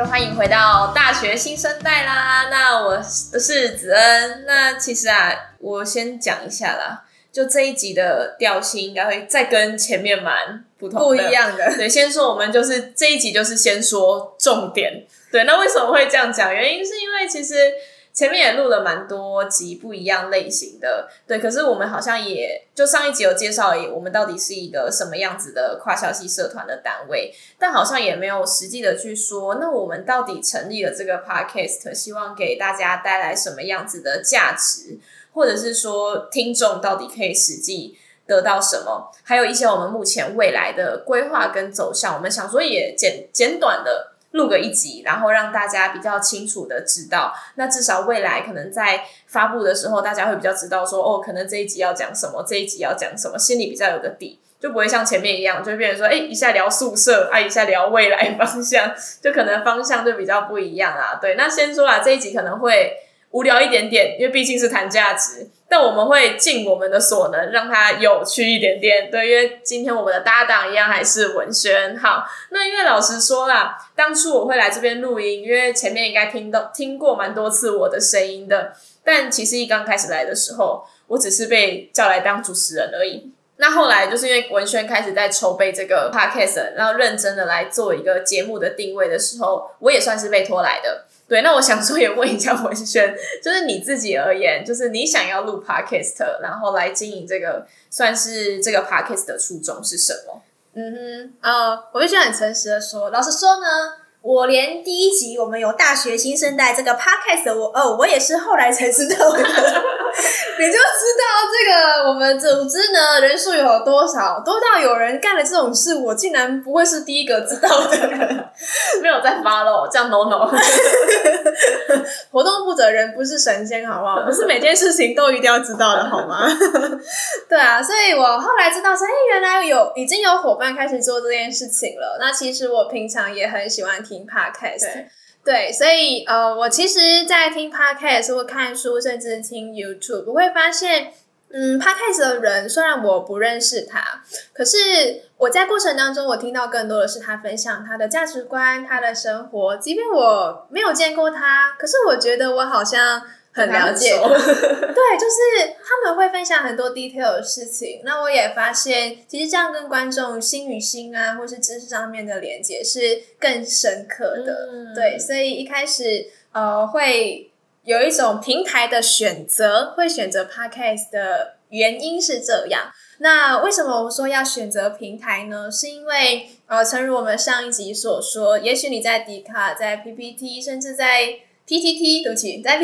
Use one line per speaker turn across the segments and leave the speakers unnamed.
就欢迎回到大学新生代啦。那我是子恩。那其实我先讲一下啦，就这一集的调性应该会再跟前面蛮不一样的。对，先说我们就是这一集就是先说重点。对，那为什么会这样讲？原因是因为其实前面也录了蛮多集不一样类型的，对，可是我们好像也就上一集有介绍我们到底是一个什么样子的跨校系社团的单位，但好像也没有实际的去说，那我们到底成立了这个 podcast 希望给大家带来什么样子的价值，或者是说听众到底可以实际得到什么，还有一些我们目前未来的规划跟走向，我们想说也简短的录个一集，然后让大家比较清楚的知道，那至少未来可能在发布的时候大家会比较知道说可能这一集要讲什么，这一集要讲什么，心里比较有个底，就不会像前面一样就会变成说一下聊宿舍一下聊未来方向，就可能方向就比较不一样啦。对，那先说这一集可能会无聊一点点，因为毕竟是谈价值，但我们会尽我们的所能让它有趣一点点。对，因为今天我们的搭档一样还是文轩。好，那因为老实说啦，当初我会来这边录音，因为前面应该听过蛮多次我的声音的，但其实一刚开始来的时候，我只是被叫来当主持人而已。那后来就是因为文轩开始在筹备这个 podcast， 然后认真的来做一个节目的定位的时候，我也算是被拖来的。对，那我想说也问一下文轩，就是你自己而言，就是你想要录 podcast， 然后来经营这个，算是这个 podcast 的初衷是什么？
我必须很诚实的说，老实说呢，我连第一集我们有大学新生代这个 podcast 我也是后来才知道的。你就知道这个我们组织呢人数有多少，多到有人干了这种事，我竟然不会是第一个知道的人。
没有在 follow， 这样 no。
活动负责人不是神仙好不好？不是每件事情都一定要知道的好吗？对啊，所以我后来知道说原来已经有伙伴开始做这件事情了。那其实我平常也很喜欢听 podcast， 对，所以我其实在听 podcast 或看书甚至听 YouTube， 我会发现podcast 的人虽然我不认识他，可是我在过程当中我听到更多的是他分享他的价值观，他的生活，即便我没有见过他，可是我觉得我好像很了解他。对，就是他们会分享很多 detail 的事情，那我也发现其实这样跟观众心与心或是知识上面的连结是更深刻的。对，所以一开始会有一种平台的选择，会选择 podcast 的原因是这样。那为什么我说要选择平台呢？是因为诚如我们上一集所说，也许你在 Dcard 在 PPT 甚至在 PTT， 对不起，在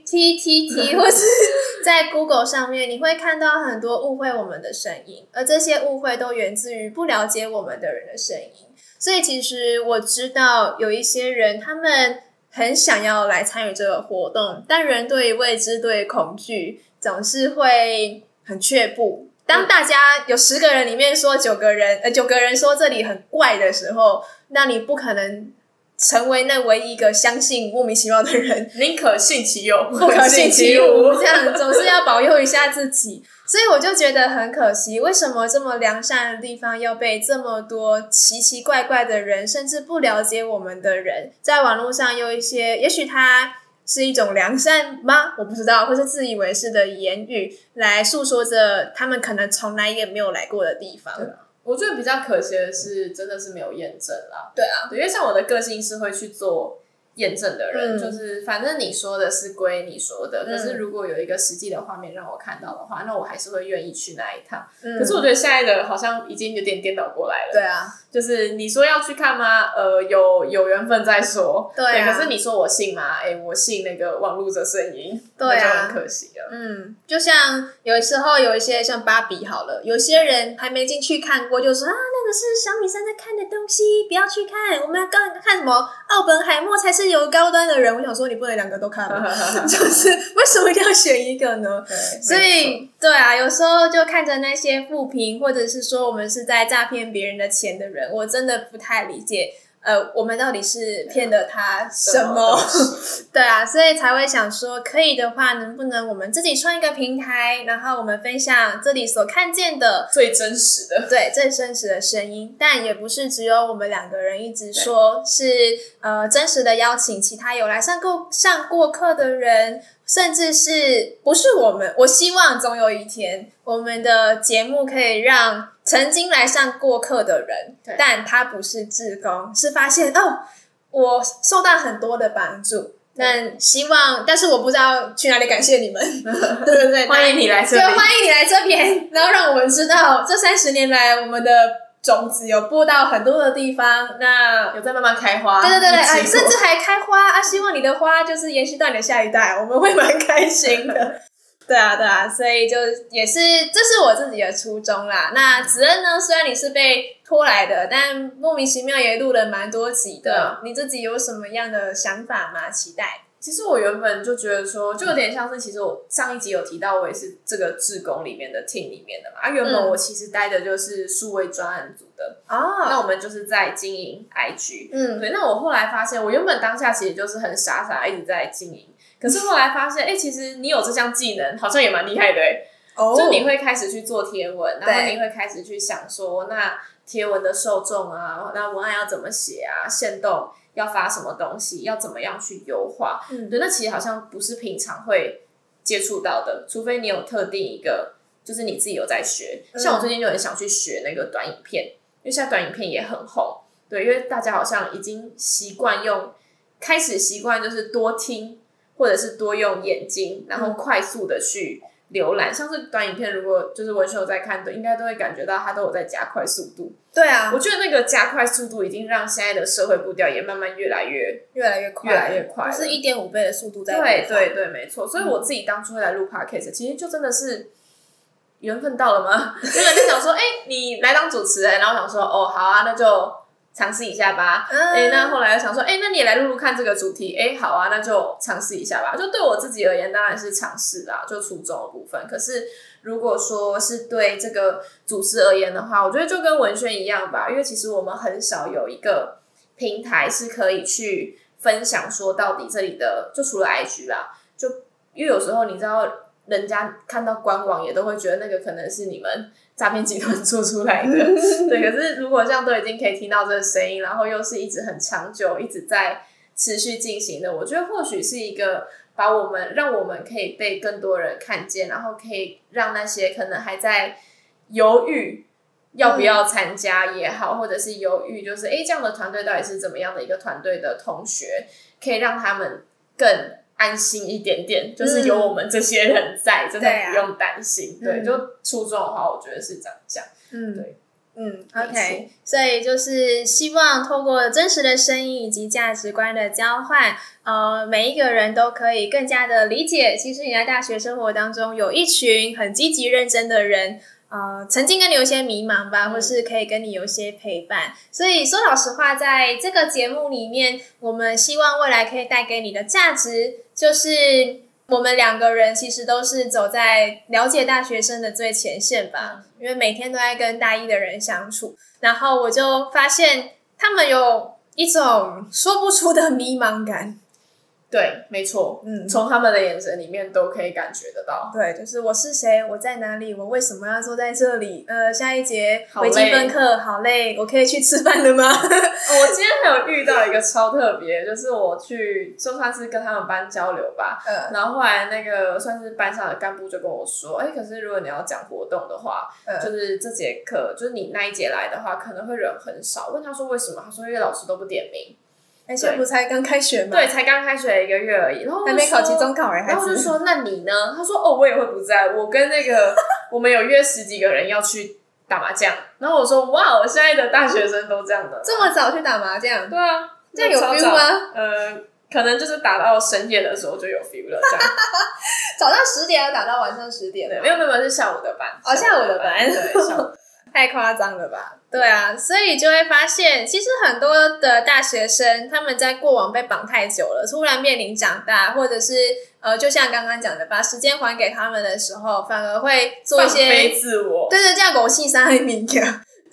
PTT 或是在 Google 上面，你会看到很多误会我们的声音，而这些误会都源自于不了解我们的人的声音。所以其实我知道有一些人他们很想要来参与这个活动，但人对于未知对于恐惧总是会很却步。当大家有10个人里面说9个人说这里很怪的时候，那你不可能成为那唯一一个相信莫名其妙的人，
宁可信其有
不可信其无，这样总是要保佑一下自己。所以我就觉得很可惜，为什么这么良善的地方要被这么多奇奇怪怪的人，甚至不了解我们的人，在网络上有一些也许他是一种良善吗？我不知道，或是自以为是的言语来诉说着他们可能从来也没有来过的地方。
我觉得比较可惜的是真的是没有验证啦。
对啊，
对，因为像我的个性是会去做验证的人，就是反正你说的是归你说的，可是如果有一个实际的画面让我看到的话，那我还是会愿意去那一趟。可是我觉得现在的好像已经有点颠倒过来了。
对啊，
就是你说要去看吗？有缘分再说。
对啊，
可是你说我信吗？我信那个网络的声音，
对啊，
那就很可惜了。
就像有时候有一些像芭比好了，有些人还没进去看过就说那个是小米3在看的东西，不要去看，我们要看什么奥本海默才是有高端的人。我想说你不能2个都看吗？就是为什么一定要选一个呢？所以对啊，有时候就看着那些负评，或者是说我们是在诈骗别人的钱的人，我真的不太理解我们到底是骗了他什么？对啊，所以才会想说，可以的话，能不能我们自己创一个平台，然后我们分享这里所看见的
最真实的，
对，最真实的声音。但也不是只有我们2个人一直说，是真实的邀请其他有来上过课的人，甚至是不是我们，我希望总有一天我们的节目可以让曾经来上过课的人，但他不是志工，是发现我受到很多的帮助，但是我不知道去哪里感谢你们，对不对？
欢迎你来这边，
对，欢迎你来这边，然后让我们知道这30年来我们的种子有播到很多的地方，那
有在慢慢开花，
对，甚至还开花啊！希望你的花就是延续到你的下一代，我们会蛮开心的。对啊，所以就也是这是我自己的初衷啦。那子恩呢，虽然你是被拖来的，但莫名其妙也录了蛮多集的。你自己有什么样的想法吗？期待？
其实我原本就觉得说，就有点像是，其实我上一集有提到，我也是这个志工里面的 team 里面的嘛。原本我其实待的就是数位专案组的，那我们就是在经营 IG，对。那我后来发现，我原本当下其实就是很傻一直在经营，可是后来发现，其实你有这项技能，好像也蛮厉害的就你会开始去做贴文，然后你会开始去想说，那贴文的受众啊，那文案要怎么写啊，限动要发什么东西，要怎么样去优化，对，那其实好像不是平常会接触到的，除非你有特定一个，就是你自己有在学。像我最近就很想去学那个短影片，因为现在短影片也很红，对，因为大家好像已经开始习惯就是多听，或者是多用眼睛，然后快速的去浏览，像是短影片，如果就是文秀在看的，应该都会感觉到它都有在加快速度。
对啊，
我觉得那个加快速度已经让现在的社会步调也慢慢越来越快，
就是1.5倍的速度在
对，没错。所以我自己当初会来录 podcast，其实就真的是缘分到了吗？原本就想说，你来当主持人，然后想说，好啊，那就尝试一下吧。那后来又想说，那你也来录录看这个主题，好啊，那就尝试一下吧。就对我自己而言，当然是尝试啦，就初衷的部分。可是如果说是对这个组织而言的话，我觉得就跟文宣一样吧，因为其实我们很少有一个平台是可以去分享说到底这里的，就除了 IG 啦，就因为有时候你知道人家看到官网也都会觉得那个可能是你们诈骗集团做出来的对，可是如果这样都已经可以听到这个声音，然后又是一直很长久一直在持续进行的，我觉得或许是一个让我们可以被更多人看见，然后可以让那些可能还在犹豫要不要参加也好，或者是犹豫就是这样的团队到底是怎么样的一个团队的同学，可以让他们更安心一点点，就是有我们这些人在，真的不用担心。对，就初衷的话，我觉得是这样讲。对。
OK， 所以就是希望透过真实的声音以及价值观的交换，每一个人都可以更加的理解，其实你在大学生活当中有一群很积极认真的人，曾经跟你有些迷茫吧，或是可以跟你有些陪伴。所以说老实话，在这个节目里面，我们希望未来可以带给你的价值，就是我们2个人其实都是走在了解大学生的最前线吧，因为每天都在跟大一的人相处，然后我就发现他们有一种说不出的迷茫感。
对，没错，从他们的眼神里面都可以感觉得到。
对，就是我是谁，我在哪里，我为什么要坐在这里？下一节微积分课好累，我可以去吃饭了吗？
我今天还有遇到一个超特别，就是我去就算是跟他们班交流吧，然后后来那个算是班上的干部就跟我说，可是如果你要讲活动的话，就是这节课就是你那一节来的话，可能会人很少。问他说为什么？他说因为老师都不点名。
现在不才刚开学吗？
对，才刚开学1个月而已，然后
还没考期中考
然后我就说那你呢？他说我也会不在，我跟那个我们有约10几个人要去打麻将，然后我说哇，我现在的大学生都这样的，
这么早去打麻将？
对啊，
这样有 feel 吗？
可能就是打到深夜的时候就有 feel 了，这样
早上10点要打到晚上10点？
对，没有是下午的班。
下午的班，
对，下午
太夸张了吧？对啊，所以就会发现，其实很多的大学生他们在过往被绑太久了，突然面临长大，或者是就像刚刚讲的，把时间还给他们的时候，反而会做一些
放飞自我。
对，这样狗戏伤害命的。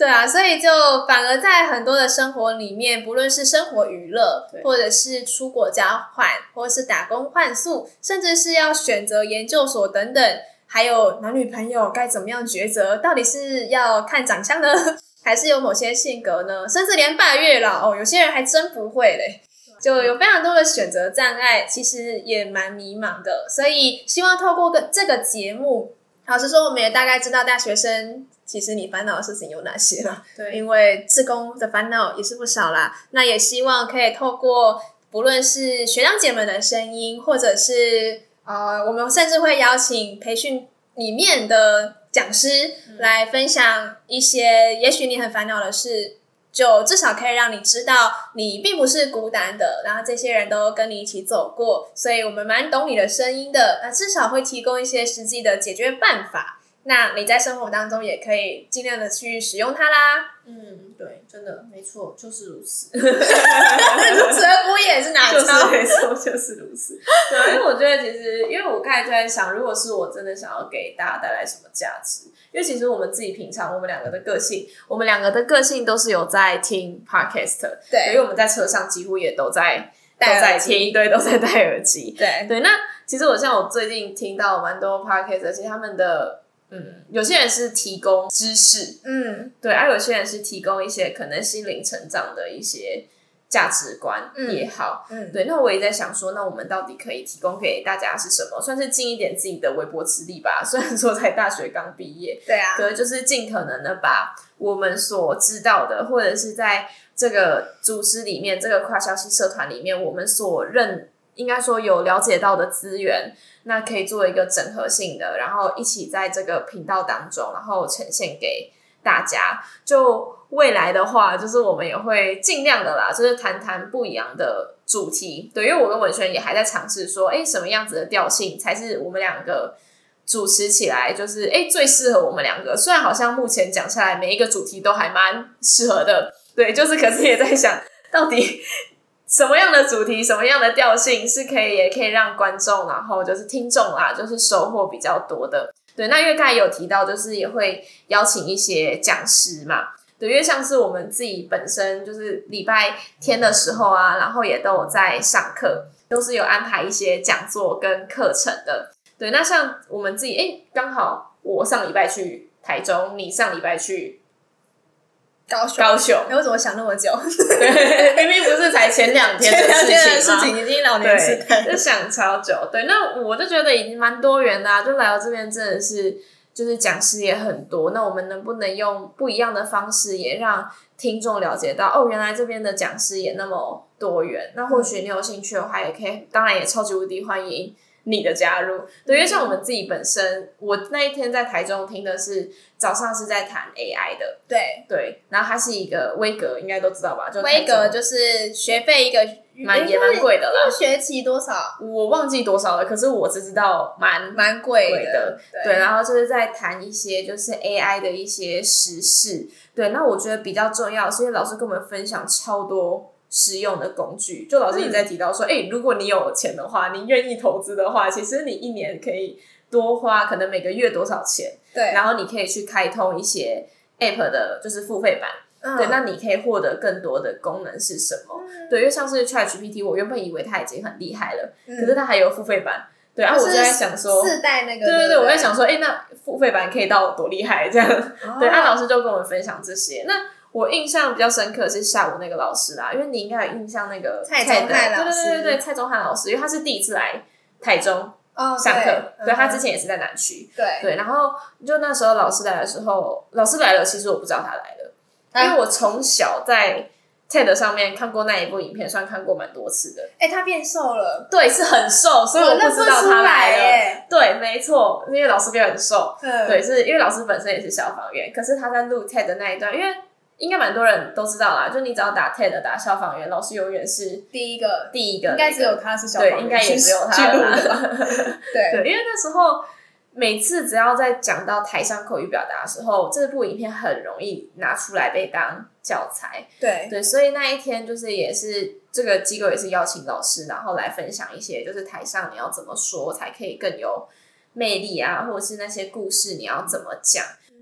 对啊，所以就反而在很多的生活里面，不论是生活娱乐，或者是出国交换，或者是打工换宿，甚至是要选择研究所等等，还有男女朋友该怎么样抉择，到底是要看长相呢，还是有某些性格呢？甚至连拜月老有些人还真不会嘞。就有非常多的选择障碍，其实也蛮迷茫的，所以希望透过这个节目，老实说我们也大概知道大学生其实你烦恼的事情有哪些了，
对，
因为志工的烦恼也是不少啦。那也希望可以透过不论是学长姐们的声音，或者是我们甚至会邀请培训里面的讲师来分享一些也许你很烦恼的事，就至少可以让你知道你并不是孤单的，然后这些人都跟你一起走过，所以我们蛮懂你的声音的，那至少会提供一些实际的解决办法，那你在生活当中也可以尽量的去使用它啦。
对，真的没错，就是如此。
如此而不也是哪招？
就是没错，就是如此。对，因为我觉得其实，因为我刚才就在想，如果是我真的想要给大家带来什么价值，因为其实我们自己平常我们两个的个性都是有在听 podcast，
对，
因为我们在车上几乎也都在听，对，都在戴耳机，对。那其实我最近听到蛮多 podcast， 而且他们的有些人是提供知识，对，有些人是提供一些可能心灵成长的一些价值观也好，对。那我也在想说，那我们到底可以提供给大家是什么？算是尽一点自己的微薄之力吧。虽然说才大学刚毕业，
对啊，
可是就是尽可能的把我们所知道的，或者是在这个组织里面，这个跨消息社团里面，我们所应该说有了解到的资源，那可以做一个整合性的，然后一起在这个频道当中，然后呈现给大家。就未来的话，就是我们也会尽量的啦，就是谈谈不一样的主题。对，因为我跟文轩也还在尝试说，什么样子的调性才是我们两个主持起来，就是最适合我们两个。虽然好像目前讲下来，每一个主题都还蛮适合的，对，就是可是也在想，到底什么样的主题，什么样的调性是也可以让观众，然后就是听众啦，就是收获比较多的。对，那因为刚才有提到，就是也会邀请一些讲师嘛。对，因为像是我们自己本身就是礼拜天的时候啊，然后也都有在上课，都是有安排一些讲座跟课程的。对，那像我们自己，刚好我上礼拜去台中，你上礼拜去高雄，
我怎么想那么久？
对，明明不是才前2天的事情
已经老年痴呆，
就想超久。对，那我就觉得已经蛮多元的啊，就来到这边真的是就是讲师也很多，那我们能不能用不一样的方式也让听众了解到原来这边的讲师也那么多元。那或许你有兴趣的话也可以，当然也超级无敌欢迎你的加入。对，因为像我们自己本身，我那一天在台中听的是早上是在谈 AI 的，对，然后它是一个威格，应该都知道吧？就
威格就是学费一个
也蛮贵的啦，
学期多少？
我忘记多少了，可是我只知道蛮贵的。对，然后就是在谈一些就是 AI 的一些时事。对，那我觉得比较重要，是因为老师跟我们分享超多实用的工具。就老师也在提到说，如果你有钱的话，你愿意投资的话，其实你一年可以多花可能每个月多少钱，
对，
然后你可以去开通一些 App 的就是付费版。对，那你可以获得更多的功能是什么？对，因为像是 ChatGPT， 我原本以为它已经很厉害了，可是它还有付费版。对，我就在想说
4代那个，
对，我在想说，那付费版可以到多厉害这样？对，老师就跟我们分享这些。那我印象比较深刻是下午那个老师啦，因为你应该有印象那个
蔡宗翰老师，
对，蔡宗翰老师，因为他是第一次来台中上课，对，他之前也是在南区，对，然后就那时候老师来的时候，老师来了，其实我不知道他来了。因为我从小在 TED 上面看过那一部影片，算看过蛮多次的。
他变瘦了，
对，是很瘦，所以我不知道他来了。对，没错，因为老师变很瘦，对，是因为老师本身也是消防员，可是他在录 TED 的那一段，因为应该蛮多人都知道啦，就你只要打 TED 打消防员，老师永远是第一个，
应该只有他是消防员，
对，应该也只有他
了。
对，因为那时候。每次只要在讲到台上口语表达的时候，这部影片很容易拿出来被当教材。对，所以那一天就是也是这个机构也是邀请老师，然后来分享一些就是台上你要怎么说才可以更有魅力啊，或者是那些故事你要怎么讲。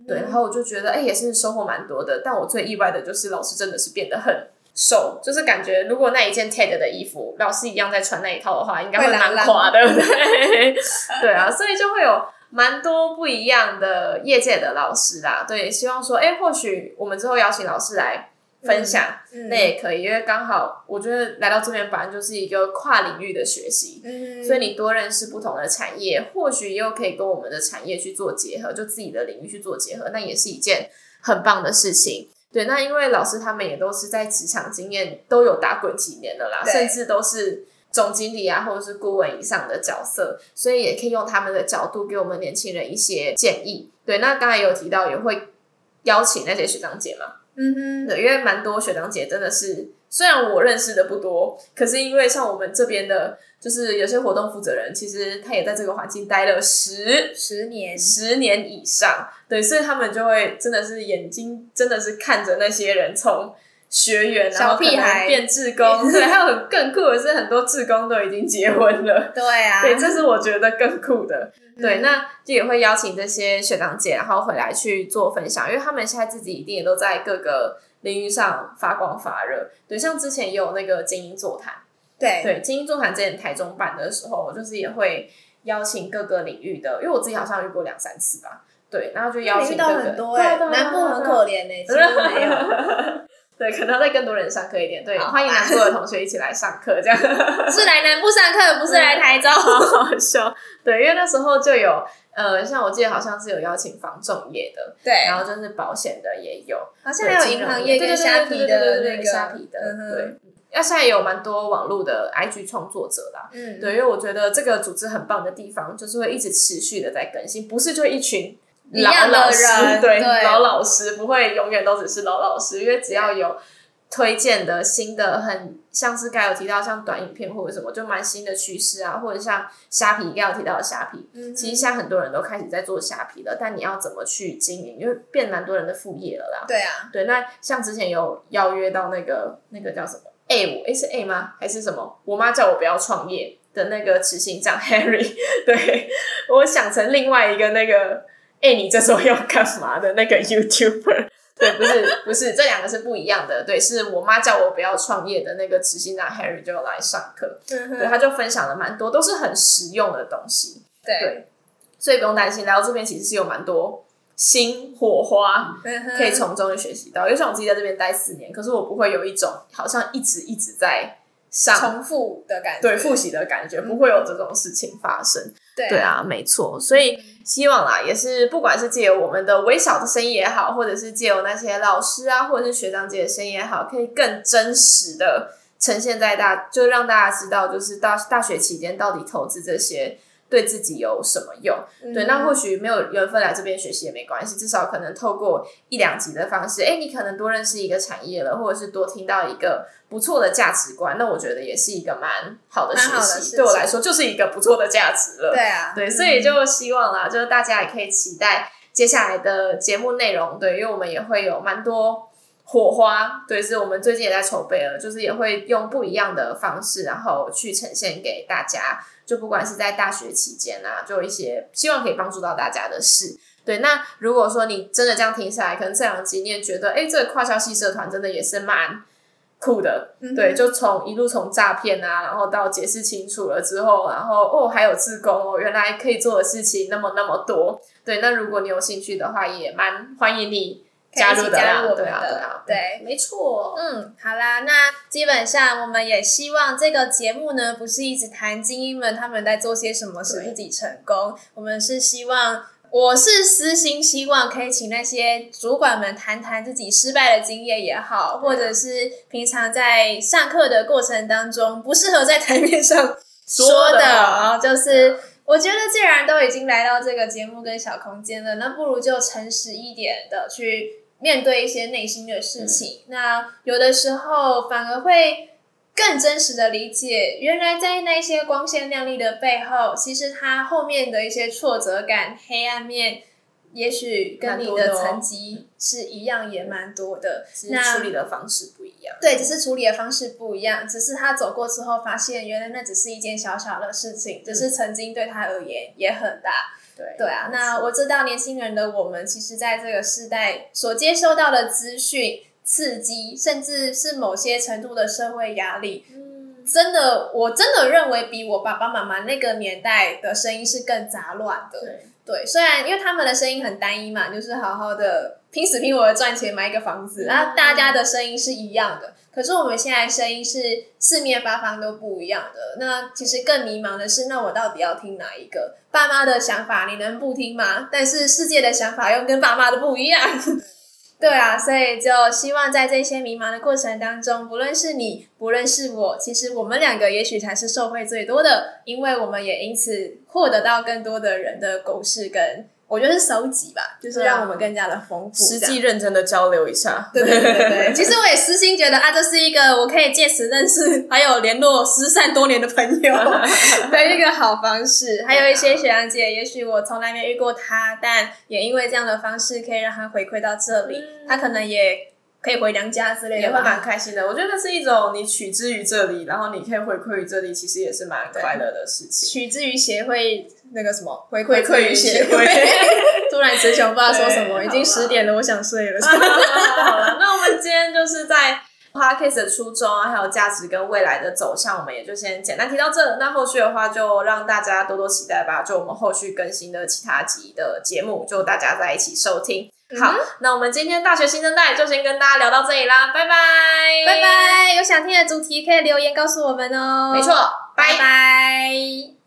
对，然后我就觉得也是收获蛮多的。但我最意外的就是老师真的是变得很瘦，就是感觉如果那一件 TED 的衣服老师一样在穿那一套的话，应该会蛮垮的，对对啊，所以就会有蛮多不一样的业界的老师啦。对，希望说或许我们之后邀请老师来分享，那也可以，因为刚好我觉得来到这边本来就是一个跨领域的学习，所以你多认识不同的产业，或许又可以跟我们的产业去做结合，就自己的领域去做结合，那也是一件很棒的事情。对，那因为老师他们也都是在职场经验都有打滚几年了啦，甚至都是总经理啊或者是顾问以上的角色，所以也可以用他们的角度给我们年轻人一些建议。对，那刚才有提到也会邀请那些学长姐嘛，对，因为蛮多学长姐真的是虽然我认识的不多，可是因为像我们这边的就是有些活动负责人，其实他也在这个环境待了10年以上，对，所以他们就会真的是眼睛真的是看着那些人从学员然后可能变志工，对，还有更酷的是很多志工都已经结婚了，
对啊，
对，这是我觉得更酷的。对，那就也会邀请这些学长姐然后回来去做分享，因为他们现在自己一定也都在各个领域上发光发热。对，像之前也有那个精英座谈，对，精英座谈之前台中办的时候，我就是也会邀请各个领域的，因为我自己好像遇过2-3次吧，对，然后就邀请各个，
很多南部很可怜其实没有
对，可能要再更多人上课一点。对，欢迎南部的同学一起来上课，这样
是来南部上课，不是来台中。
好好笑。对，因为那时候就有像我记得好像是有邀请房仲业的，
对，
然后就是保险的也有，
好像还有银行业跟虾皮的那个
虾皮的，对。那现在也有蛮多网络的 IG 创作者啦，对，因为我觉得这个组织很棒的地方就是会一直持续的在更新，不是就一群老师，对，老师不会永远都只是老师，因为只要有推荐的新的很像是刚才有提到像短影片或者什么就蛮新的趋势啊，或者像虾皮刚才有提到的虾皮，其实现在很多人都开始在做虾皮了，但你要怎么去经营，因为变蛮多人的副业了啦。
对啊，
对，那像之前有邀约到那个叫什么是 A 吗还是什么，我妈叫我不要创业的那个执行长 Harry， 对，我想成另外一个那个你这周要干嘛的那个 YouTuber， 对，不是这两个是不一样的，对，是我妈叫我不要创业的那个执行长 Harry 就来上课，对，他就分享了蛮多都是很实用的东西， 对，所以不用担心，来到这边其实是有蛮多新火花可以从中学习到，因为像我自己在这边待4年，可是我不会有一种好像一直在上
重复的感觉，
对，复习的感觉，不会有这种事情发生。对啊，没错。所以希望啦，也是不管是借由我们的微小的声音也好，或者是借由那些老师啊，或者是学长姐的声音也好，可以更真实的呈现在就让大家知道，就是大学期间到底投资这些对自己有什么用。对，那或许没有缘分来这边学习也没关系，至少可能透过1-2集的方式，你可能多认识一个产业了，或者是多听到一个不错的价值观，那我觉得也是一个蛮好的学习，对我来说就是一个不错的价值了。
对啊，
对，所以就希望啦，就是大家也可以期待接下来的节目内容，对，因为我们也会有蛮多火花，对，是我们最近也在筹备了，就是也会用不一样的方式，然后去呈现给大家，就不管是在大学期间啊，就一些希望可以帮助到大家的事。对，那如果说你真的这样听下来，可能这2集你也觉得这个跨校系社团真的也是蛮酷的，对，就一路从诈骗啊，然后到解释清楚了之后，然后还有志工原来可以做的事情那么多，对，那如果你有兴趣的话，也蛮欢迎你加入的啦，对啊，
对，
没错。
好啦，那基本上我们也希望这个节目呢，不是一直谈精英们他们在做些什么使自己成功，我们是希望。我是私心希望可以请那些主管们谈谈自己失败的经验也好，或者是平常在上课的过程当中不适合在台面上说的，就是我觉得既然都已经来到这个节目跟小空间了，那不如就诚实一点的去面对一些内心的事情，那有的时候反而会更真实的理解，原来在那些光鲜亮丽的背后，其实它后面的一些挫折感、黑暗面，也许跟你的层级是一样，也蛮多的。
只是处理的方式不一样。
对，只是处理的方式不一样，只是他走过之后发现，原来那只是一件小小的事情，只是曾经对他而言也很大。 对啊，那我知道年轻人的我们，其实在这个世代所接收到的资讯、刺激，甚至是某些程度的社会压力，我真的认为比我爸爸妈妈那个年代的声音是更杂乱的。对，虽然因为他们的声音很单一嘛，就是好好的拼死拼活的赚钱买一个房子，然后大家的声音是一样的。可是我们现在声音是四面八方都不一样的，那其实更迷茫的是，那我到底要听哪一个？爸妈的想法你能不听吗？但是世界的想法又跟爸妈的不一样。对啊，所以就希望在这些迷茫的过程当中，不论是你，不论是我，其实我们两个也许才是受惠最多的，因为我们也因此获得到更多的人的狗事跟我觉得是收集吧，就是让我们更加的丰富，
实际认真的交流一下。
对，其实我也私心觉得这是一个我可以借此认识还有联络失散多年的朋友的一个好方式。还有一些学长姐，也许我从来没遇过他，但也因为这样的方式可以让他回馈到这里，他可能也可以回娘家之类的，
也会蛮开心的。我觉得是一种你取之于这里，然后你可以回馈于这里，其实也是蛮快乐的事情。
取之于协会那个什么回馈于协会突然词穷不知道说什么，已经10点了，我想睡了。
好了，那我们今天就是在 Podcast 的初衷还有价值跟未来的走向，我们也就先简单提到这。那后续的话就让大家多多期待吧，就我们后续更新的其他集的节目，就大家在一起收听。好，那我们今天大学新生代就先跟大家聊到这里啦，拜拜，
拜拜。有想听的主题可以留言告诉我们哦。
没错，
拜拜。